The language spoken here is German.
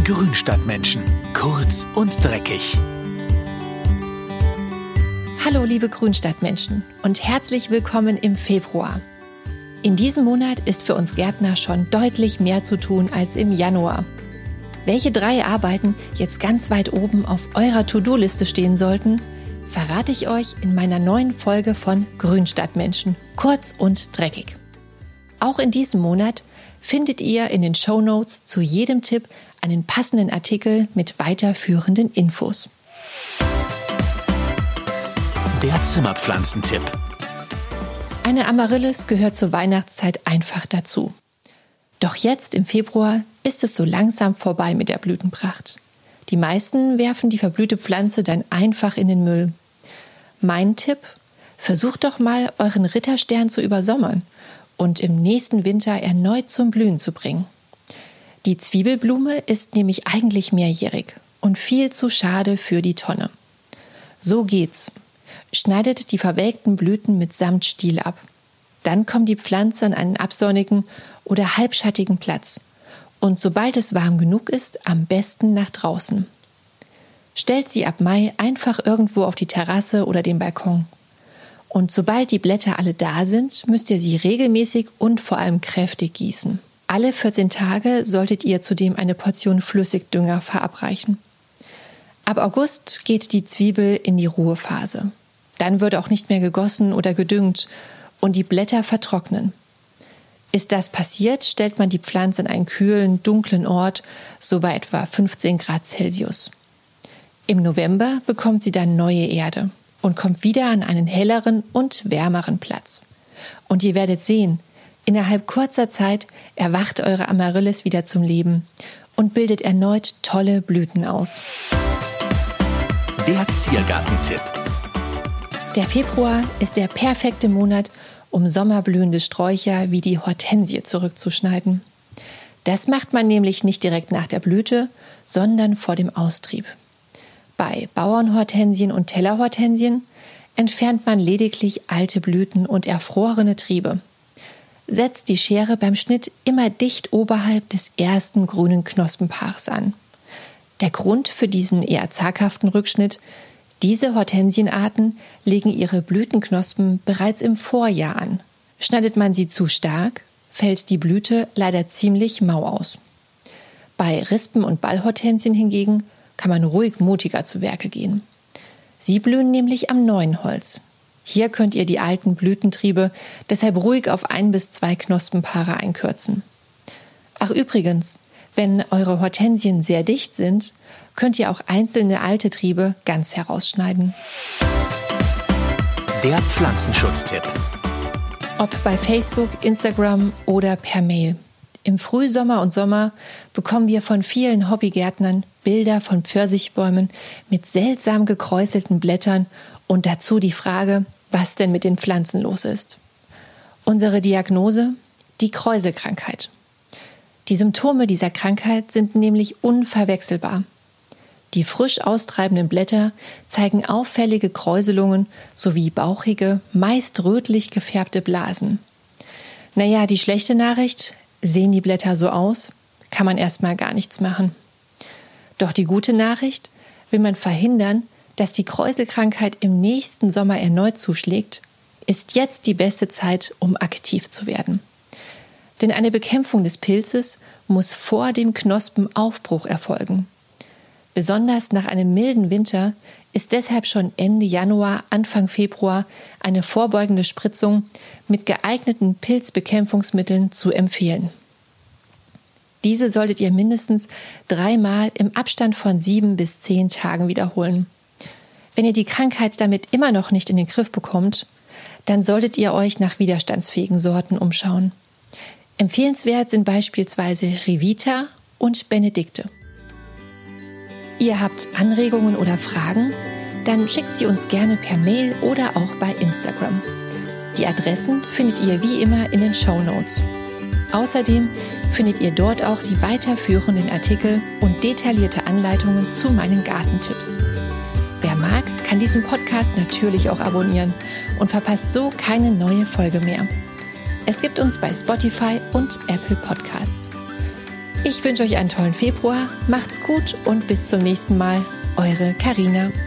Grünstadtmenschen. Kurz und dreckig. Hallo liebe Grünstadtmenschen und herzlich willkommen im Februar. In diesem Monat ist für uns Gärtner schon deutlich mehr zu tun als im Januar. Welche 3 Arbeiten jetzt ganz weit oben auf eurer To-Do-Liste stehen sollten, verrate ich euch in meiner neuen Folge von Grünstadtmenschen. Kurz und dreckig. Auch in diesem Monat findet ihr in den Shownotes zu jedem Tipp einen passenden Artikel mit weiterführenden Infos. Der Zimmerpflanzentipp. Eine Amaryllis gehört zur Weihnachtszeit einfach dazu. Doch jetzt im Februar ist es so langsam vorbei mit der Blütenpracht. Die meisten werfen die verblühte Pflanze dann einfach in den Müll. Mein Tipp: Versucht doch mal, euren Ritterstern zu übersommern und im nächsten Winter erneut zum Blühen zu bringen. Die Zwiebelblume ist nämlich eigentlich mehrjährig und viel zu schade für die Tonne. So geht's. Schneidet die verwelkten Blüten mit Samtstiel ab. Dann kommt die Pflanze an einen absonnigen oder halbschattigen Platz. Und sobald es warm genug ist, am besten nach draußen. Stellt sie ab Mai einfach irgendwo auf die Terrasse oder den Balkon. Und sobald die Blätter alle da sind, müsst ihr sie regelmäßig und vor allem kräftig gießen. Alle 14 Tage solltet ihr zudem eine Portion Flüssigdünger verabreichen. Ab August geht die Zwiebel in die Ruhephase. Dann wird auch nicht mehr gegossen oder gedüngt und die Blätter vertrocknen. Ist das passiert, stellt man die Pflanze an einen kühlen, dunklen Ort, so bei etwa 15 Grad Celsius. Im November bekommt sie dann neue Erde und kommt wieder an einen helleren und wärmeren Platz. Und ihr werdet sehen, innerhalb kurzer Zeit erwacht eure Amaryllis wieder zum Leben und bildet erneut tolle Blüten aus. Der Ziergartentipp. Der Februar ist der perfekte Monat, um sommerblühende Sträucher wie die Hortensie zurückzuschneiden. Das macht man nämlich nicht direkt nach der Blüte, sondern vor dem Austrieb. Bei Bauernhortensien und Tellerhortensien entfernt man lediglich alte Blüten und erfrorene Triebe. Setzt die Schere beim Schnitt immer dicht oberhalb des ersten grünen Knospenpaars an. Der Grund für diesen eher zaghaften Rückschnitt: Diese Hortensienarten legen ihre Blütenknospen bereits im Vorjahr an. Schneidet man sie zu stark, fällt die Blüte leider ziemlich mau aus. Bei Rispen- und Ballhortensien hingegen kann man ruhig mutiger zu Werke gehen. Sie blühen nämlich am neuen Holz. Hier könnt ihr die alten Blütentriebe deshalb ruhig auf 1 bis 2 Knospenpaare einkürzen. Ach übrigens, wenn eure Hortensien sehr dicht sind, könnt ihr auch einzelne alte Triebe ganz herausschneiden. Der Pflanzenschutztipp. Ob bei Facebook, Instagram oder per Mail. Im Frühsommer und Sommer bekommen wir von vielen Hobbygärtnern Bilder von Pfirsichbäumen mit seltsam gekräuselten Blättern und dazu die Frage, was denn mit den Pflanzen los ist. Unsere Diagnose: die Kräuselkrankheit. Die Symptome dieser Krankheit sind nämlich unverwechselbar. Die frisch austreibenden Blätter zeigen auffällige Kräuselungen sowie bauchige, meist rötlich gefärbte Blasen. Naja, die schlechte Nachricht: Sehen die Blätter so aus, kann man erstmal gar nichts machen. Doch die gute Nachricht: Will man verhindern, dass die Kräuselkrankheit im nächsten Sommer erneut zuschlägt, ist jetzt die beste Zeit, um aktiv zu werden. Denn eine Bekämpfung des Pilzes muss vor dem Knospenaufbruch erfolgen. Besonders nach einem milden Winter ist deshalb schon Ende Januar, Anfang Februar eine vorbeugende Spritzung mit geeigneten Pilzbekämpfungsmitteln zu empfehlen. Diese solltet ihr mindestens 3-mal im Abstand von 7 bis 10 Tagen wiederholen. Wenn ihr die Krankheit damit immer noch nicht in den Griff bekommt, dann solltet ihr euch nach widerstandsfähigen Sorten umschauen. Empfehlenswert sind beispielsweise Revita und Benedikte. Ihr habt Anregungen oder Fragen? Dann schickt sie uns gerne per Mail oder auch bei Instagram. Die Adressen findet ihr wie immer in den Shownotes. Außerdem findet ihr dort auch die weiterführenden Artikel und detaillierte Anleitungen zu meinen Gartentipps. Wer mag, kann diesen Podcast natürlich auch abonnieren und verpasst so keine neue Folge mehr. Es gibt uns bei Spotify und Apple Podcasts. Ich wünsche euch einen tollen Februar, macht's gut und bis zum nächsten Mal. Eure Carina.